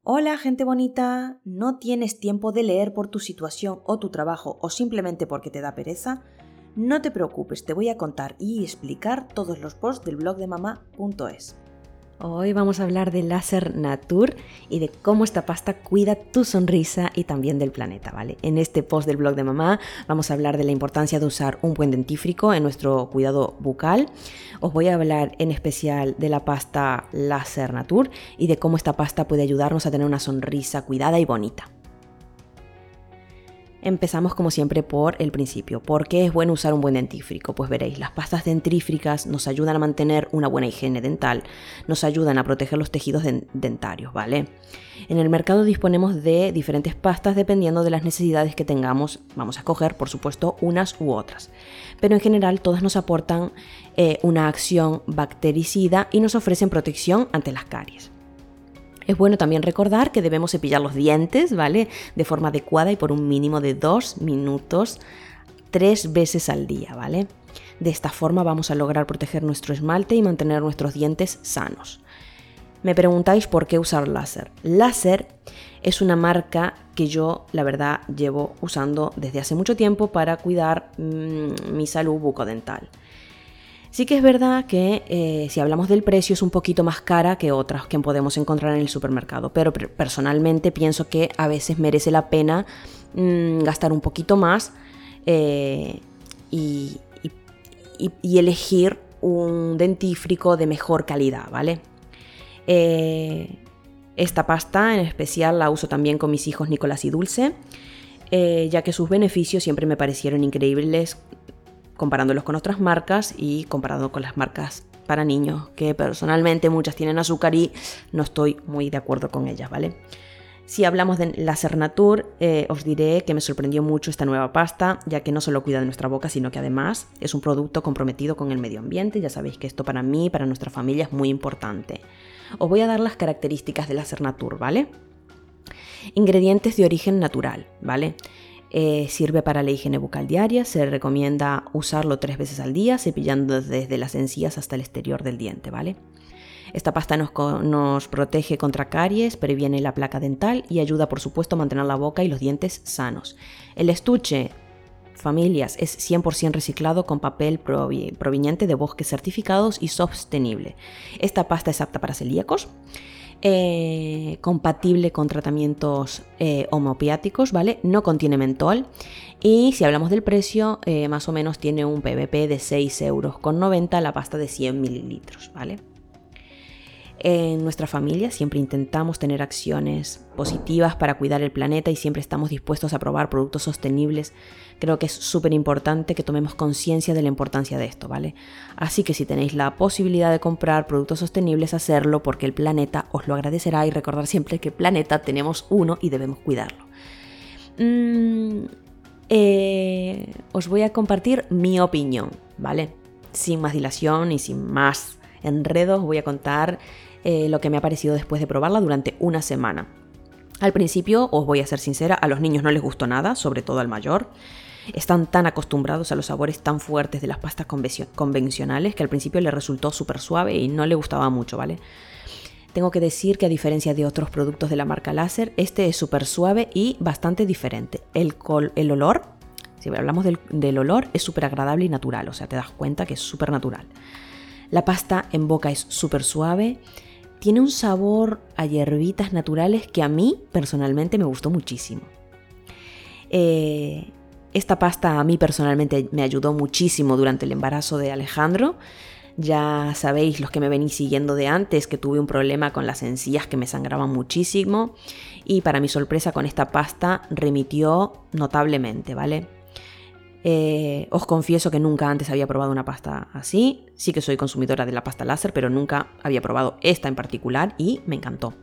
Hola, gente bonita. ¿No tienes tiempo de leer por tu situación o tu trabajo o simplemente porque te da pereza? No te preocupes, te voy a contar y explicar todos los posts del blog de mamá.es. Hoy vamos a hablar de Láser Natur y de cómo esta pasta cuida tu sonrisa y también del planeta, ¿vale? En este post del blog de mamá vamos a hablar de la importancia de usar un buen dentífrico en nuestro cuidado bucal. Os voy a hablar en especial de la pasta Láser Natur y de cómo esta pasta puede ayudarnos a tener una sonrisa cuidada y bonita. Empezamos como siempre por el principio. ¿Por qué es bueno usar un buen dentífrico? Pues veréis, las pastas dentrífricas nos ayudan a mantener una buena higiene dental, nos ayudan a proteger los tejidos dentarios, ¿vale? En el mercado disponemos de diferentes pastas dependiendo de las necesidades que tengamos. Vamos a escoger, por supuesto, unas u otras. Pero en general todas nos aportan una acción bactericida y nos ofrecen protección ante las caries. Es bueno también recordar que debemos cepillar los dientes, ¿vale? De forma adecuada y por un mínimo de 2 minutos 3 veces al día, ¿vale? De esta forma vamos a lograr proteger nuestro esmalte y mantener nuestros dientes sanos. Me preguntáis por qué usar Láser. Láser es una marca que yo, la verdad, llevo usando desde hace mucho tiempo para cuidar mi salud bucodental. Sí que es verdad que si hablamos del precio es un poquito más cara que otras que podemos encontrar en el supermercado, pero personalmente pienso que a veces merece la pena gastar un poquito más y elegir un dentífrico de mejor calidad, ¿vale? Esta pasta en especial la uso también con mis hijos Nicolás y Dulce, ya que sus beneficios siempre me parecieron increíbles comparándolos con otras marcas y comparando con las marcas para niños, que personalmente muchas tienen azúcar y no estoy muy de acuerdo con ellas, ¿vale? Si hablamos de Láser Natur, os diré que me sorprendió mucho esta nueva pasta, ya que no solo cuida de nuestra boca, sino que además es un producto comprometido con el medio ambiente. Ya sabéis que esto para mí, para nuestra familia, es muy importante. Os voy a dar las características de Láser Natur, ¿vale? Ingredientes de origen natural, ¿vale? Sirve para la higiene bucal diaria, se recomienda usarlo 3 veces al día, cepillando desde las encías hasta el exterior del diente, ¿vale? Esta pasta nos protege contra caries, previene la placa dental y ayuda, por supuesto, a mantener la boca y los dientes sanos. El estuche, familias, es 100% reciclado con papel proveniente de bosques certificados y sostenible. Esta pasta es apta para celíacos. Compatible con tratamientos homeopáticos, ¿vale? No contiene mentol y si hablamos del precio, más o menos tiene un PVP de 6,90 € la pasta de 100 mililitros, ¿vale? En nuestra familia siempre intentamos tener acciones positivas para cuidar el planeta y siempre estamos dispuestos a probar productos sostenibles. Creo que es súper importante que tomemos conciencia de la importancia de esto, ¿vale? Así que si tenéis la posibilidad de comprar productos sostenibles, hacerlo porque el planeta os lo agradecerá y recordar siempre que planeta tenemos uno y debemos cuidarlo. Os voy a compartir mi opinión, ¿vale? Sin más dilación y sin más enredos, os voy a contar lo que me ha parecido después de probarla durante una semana. Al principio, os voy a ser sincera, a los niños no les gustó nada, sobre todo al mayor. Están tan acostumbrados a los sabores tan fuertes de las pastas convencionales que al principio le resultó súper suave y no le gustaba mucho, ¿vale? Tengo que decir que a diferencia de otros productos de la marca Láser, este es súper suave y bastante diferente. El olor, si hablamos del olor, es súper agradable y natural, o sea, te das cuenta que es súper natural. La pasta en boca es súper suave. Tiene un sabor a hierbitas naturales que a mí personalmente me gustó muchísimo. Esta pasta a mí personalmente me ayudó muchísimo durante el embarazo de Alejandro. Ya sabéis, los que me venís siguiendo de antes, que tuve un problema con las encías que me sangraban muchísimo y para mi sorpresa con esta pasta remitió notablemente, ¿vale? Os confieso que nunca antes había probado una pasta así. Sí que soy consumidora de la pasta Láser, pero nunca había probado esta en particular y me encantó.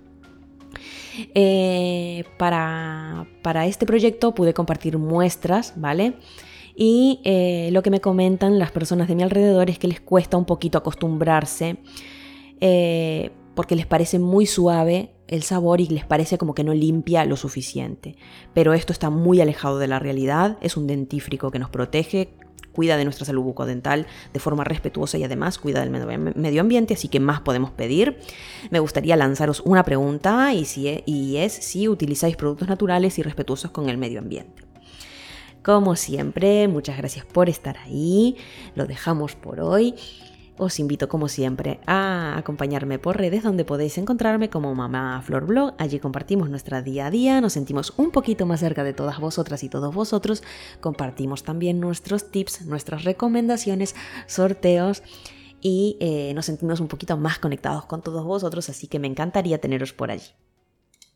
Para este proyecto pude compartir muestras, ¿vale? Y lo que me comentan las personas de mi alrededor es que les cuesta un poquito acostumbrarse porque les parece muy suave el sabor y les parece como que no limpia lo suficiente. Pero esto está muy alejado de la realidad, es un dentífrico que nos protege, cuida de nuestra salud bucodental de forma respetuosa y además cuida del medio ambiente, así que más podemos pedir. Me gustaría lanzaros una pregunta y es si utilizáis productos naturales y respetuosos con el medio ambiente. Como siempre, muchas gracias por estar ahí. Lo dejamos por hoy. Os invito como siempre a acompañarme por redes donde podéis encontrarme como Mamá Flor Blog. Allí compartimos nuestra día a día, nos sentimos un poquito más cerca de todas vosotras y todos vosotros. Compartimos también nuestros tips, nuestras recomendaciones, sorteos y nos sentimos un poquito más conectados con todos vosotros, así que me encantaría teneros por allí.